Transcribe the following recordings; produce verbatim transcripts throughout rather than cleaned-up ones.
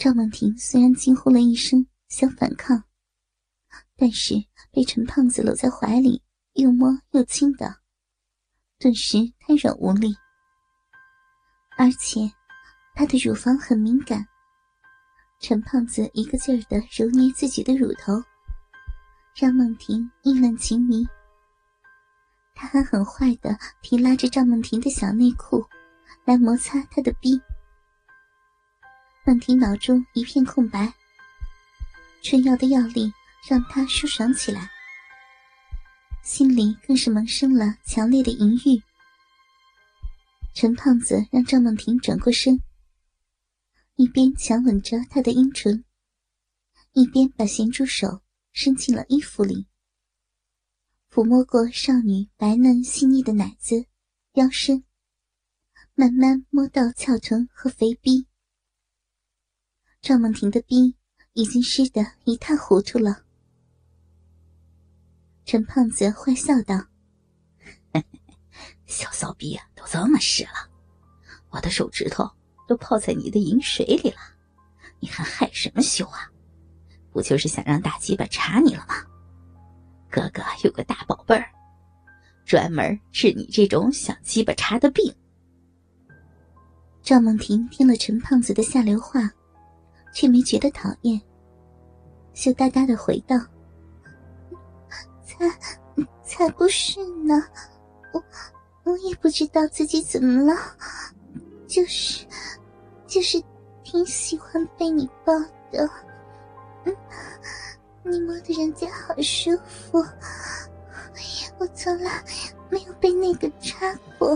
赵梦婷虽然惊呼了一声想反抗，但是被陈胖子搂在怀里又摸又亲的，顿时瘫软无力。而且她的乳房很敏感，陈胖子一个劲儿地揉捏自己的乳头，让梦婷意乱情迷。他还很坏地提拉着赵梦婷的小内裤来摩擦她的逼。梦婷脑中一片空白，春药的药力让她舒爽起来，心里更是萌生了强烈的淫欲。陈胖子让赵梦婷转过身，一边强吻着她的阴唇，一边把咸猪手伸进了衣服里，抚摸过少女白嫩细腻的奶子、腰身，慢慢摸到翘臀和肥逼。赵梦婷的逼已经湿得一塌糊涂了。陈胖子坏笑道： 小骚逼啊，都这么湿了，我的手指头都泡在你的饮水里了，你还害什么羞啊？不就是想让大鸡巴插你了吗？哥哥有个大宝贝儿，专门治你这种想鸡巴插的病。 赵梦婷听了陈胖子的下流话，却没觉得讨厌，羞答答地回道：才才不是呢，我我也不知道自己怎么了，就是就是挺喜欢被你抱的。嗯，你摸得人家好舒服，我从来没有被那个插过，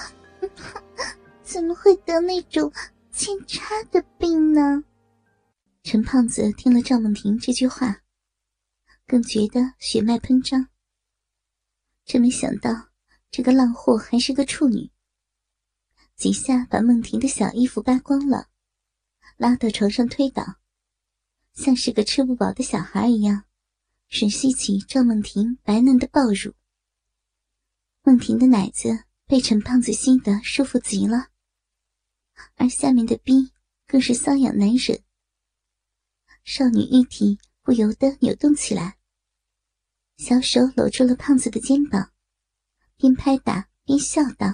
怎么会得那种欠插的病呢？陈胖子听了赵梦婷这句话，更觉得血脉喷张。真没想到这个浪货还是个处女，几下把梦婷的小衣服扒光了，拉到床上推倒，像是个吃不饱的小孩一样吮吸起赵梦婷白嫩的抱乳。梦婷的奶子被陈胖子吸得舒服极了，而下面的逼更是瘙痒难忍。少女玉体不由得扭动起来，小手搂住了胖子的肩膀，边拍打边笑道：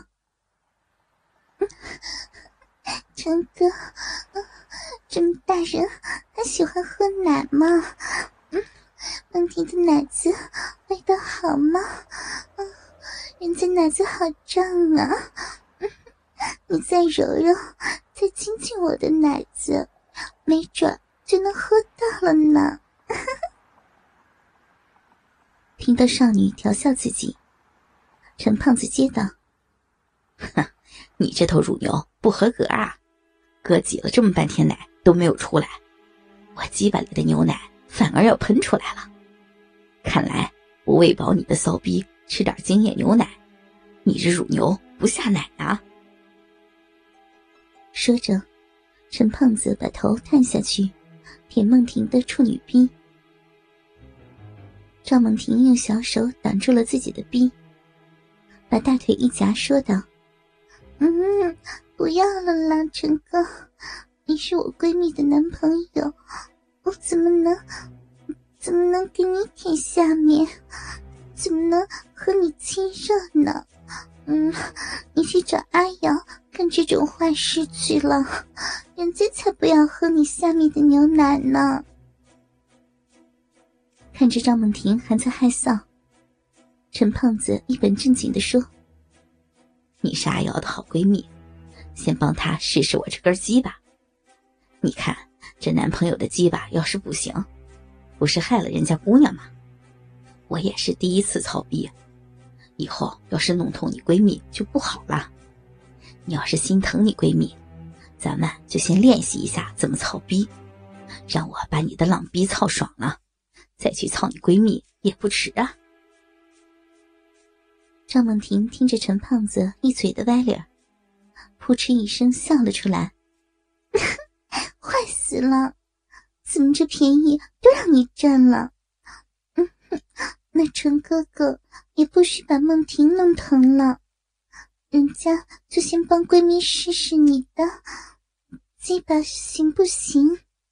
陈哥，这么大人还喜欢喝奶吗？嗯，梦婷的奶子味道好吗？嗯，人家奶子好胀啊，嗯，你再揉揉，再亲亲我的奶子，没准就能喝到了呢。听到少女调笑自己，陈胖子接道： 哼，你这头乳牛不合格啊，哥挤了这么半天奶都没有出来，我鸡巴里的牛奶反而要喷出来了。看来我喂饱你的骚逼吃点精液牛奶，你这乳牛不下奶啊。 说着，陈胖子把头探下去舔梦婷的处女逼。赵梦婷用小手挡住了自己的逼，把大腿一夹说道：嗯，不要了啦，陈哥，你是我闺蜜的男朋友，我怎么能怎么能给你舔下面，怎么能和你亲热呢？嗯，你去找阿瑶干这种坏事去了，人家才不要喝你下面的牛奶呢。看着赵梦婷还在害臊，陈胖子一本正经地说： 你是阿瑶的好闺蜜，先帮她试试我这根鸡巴。你看这男朋友的鸡巴要是不行，不是害了人家姑娘吗？我也是第一次操逼，以后要是弄痛你闺蜜就不好了。你要是心疼你闺蜜，咱们就先练习一下怎么操逼，让我把你的浪逼操爽了，再去操你闺蜜也不迟啊。 赵梦婷听着陈胖子一嘴的歪脸，扑哧一声笑了出来。坏死了，怎么这便宜都让你占了？嗯哼，那陈哥哥也不许把梦婷弄疼了，人家就先帮闺蜜试试你的鸡巴行不行？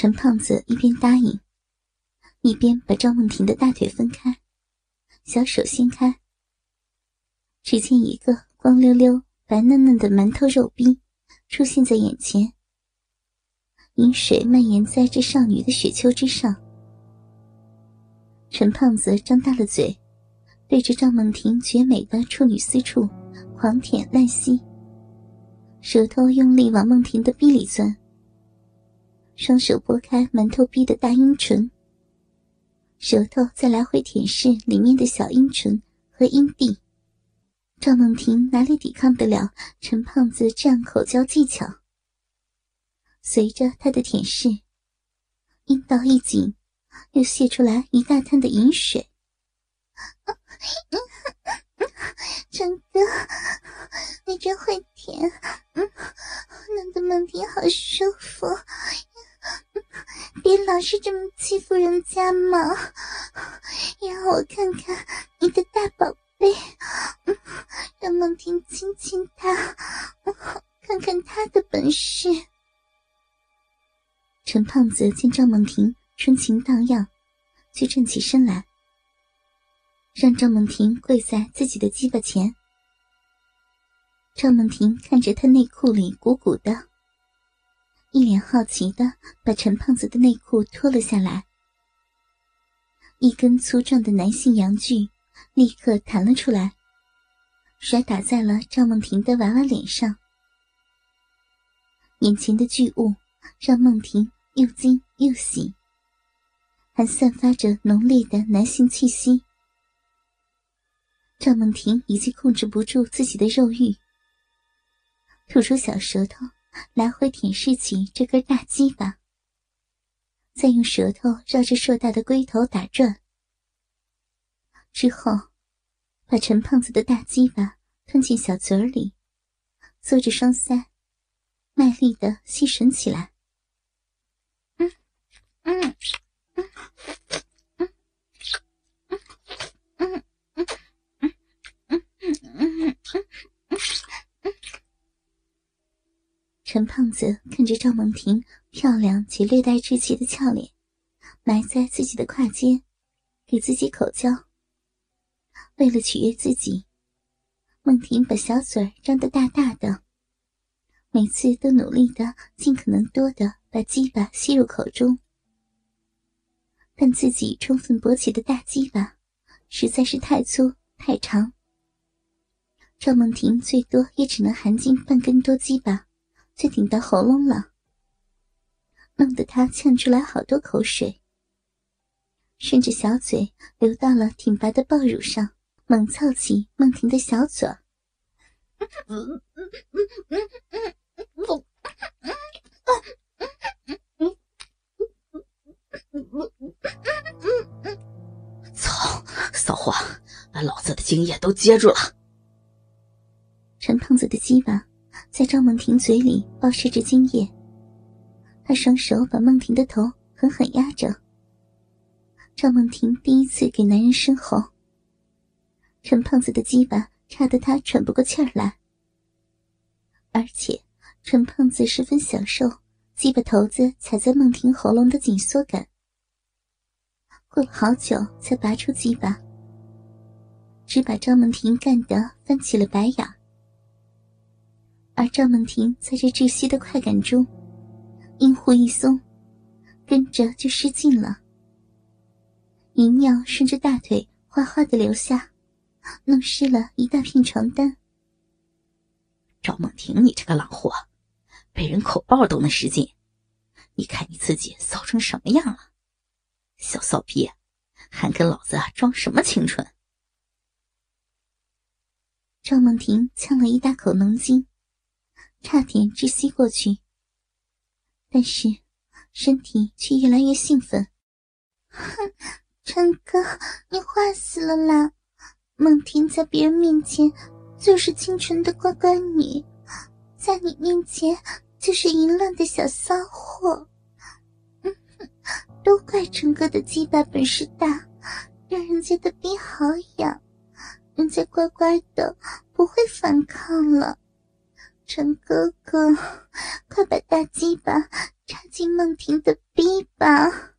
陈胖子一边答应，一边把赵梦婷的大腿分开，小手掀开，只见一个光溜溜白嫩嫩的馒头肉逼出现在眼前，饮水蔓延在这少女的雪丘之上。陈胖子张大了嘴，对着赵梦婷绝美的处女私处狂舔滥吸，舌头用力往梦婷的逼里钻，双手拨开馒头逼的大阴唇，舌头再来回舔舐里面的小阴唇和阴蒂。赵梦婷哪里抵抗得了陈胖子这样口交技巧，随着他的舔舐，阴道一紧，又泄出来一大滩的饮水。陈哥，你真会舔，嗯，弄得梦婷好舒服，别老是这么欺负人家嘛，让我看看你的大宝贝，嗯，让梦婷亲亲他，嗯，看看他的本事。陈胖子见赵梦婷春情荡漾，就站起身来，让赵梦婷跪在自己的鸡巴前。赵梦婷看着他内裤里鼓鼓的，一脸好奇地把陈胖子的内裤脱了下来，一根粗壮的男性阳具立刻弹了出来，甩打在了赵梦婷的娃娃脸上。眼前的巨物让梦婷又惊又喜，还散发着浓烈的男性气息。赵梦婷已经控制不住自己的肉欲，吐出小舌头来回舔舐起这根大鸡巴，再用舌头绕着硕大的龟头打转，之后把陈胖子的大鸡巴吞进小嘴里，嘬着双腮，卖力地吸吮起来。嗯嗯嗯嗯嗯嗯嗯嗯嗯嗯。陈胖子看着赵梦婷漂亮且略带稚气的俏脸埋在自己的胯间，给自己口交。为了取悦自己，梦婷把小嘴张得大大的，每次都努力的尽可能多的把鸡巴吸入口中。但自己充分勃起的大鸡巴实在是太粗太长，赵梦婷最多也只能含进半根多鸡巴就顶到喉咙了，弄得他呛出来好多口水，顺着小嘴流到了挺拔的抱乳上，猛操起梦婷的小嘴儿。 操，骚货，把老子的精液都接住了！ 陈胖子的鸡巴在赵梦婷嘴里爆射着精液，他双手把梦婷的头狠狠压着。赵梦婷第一次给男人生喉，陈胖子的鸡巴插得他喘不过气儿来，而且陈胖子十分享受鸡巴头子踩在梦婷喉咙的紧缩感。过了好久才拔出鸡巴，只把赵梦婷干得翻起了白眼。而赵梦婷在这窒息的快感中，阴户一松，跟着就失禁了，淫尿顺着大腿哗哗地流下，弄湿了一大片床单。 赵梦婷，你这个浪货，被人口爆都能失禁，你看你自己骚成什么样了？小骚逼，还跟老子装什么清纯？ 赵梦婷呛了一大口浓精，差点窒息过去，但是身体却越来越兴奋。哼，陈哥，你坏死了啦！梦婷在别人面前就是清纯的乖乖女，在你面前就是淫乱的小骚货。嗯，都怪陈哥的鸡巴本事大，让人家的逼好痒，人家乖乖的不会反抗了。 陈哥哥，快把大鸡巴插进梦婷的逼吧！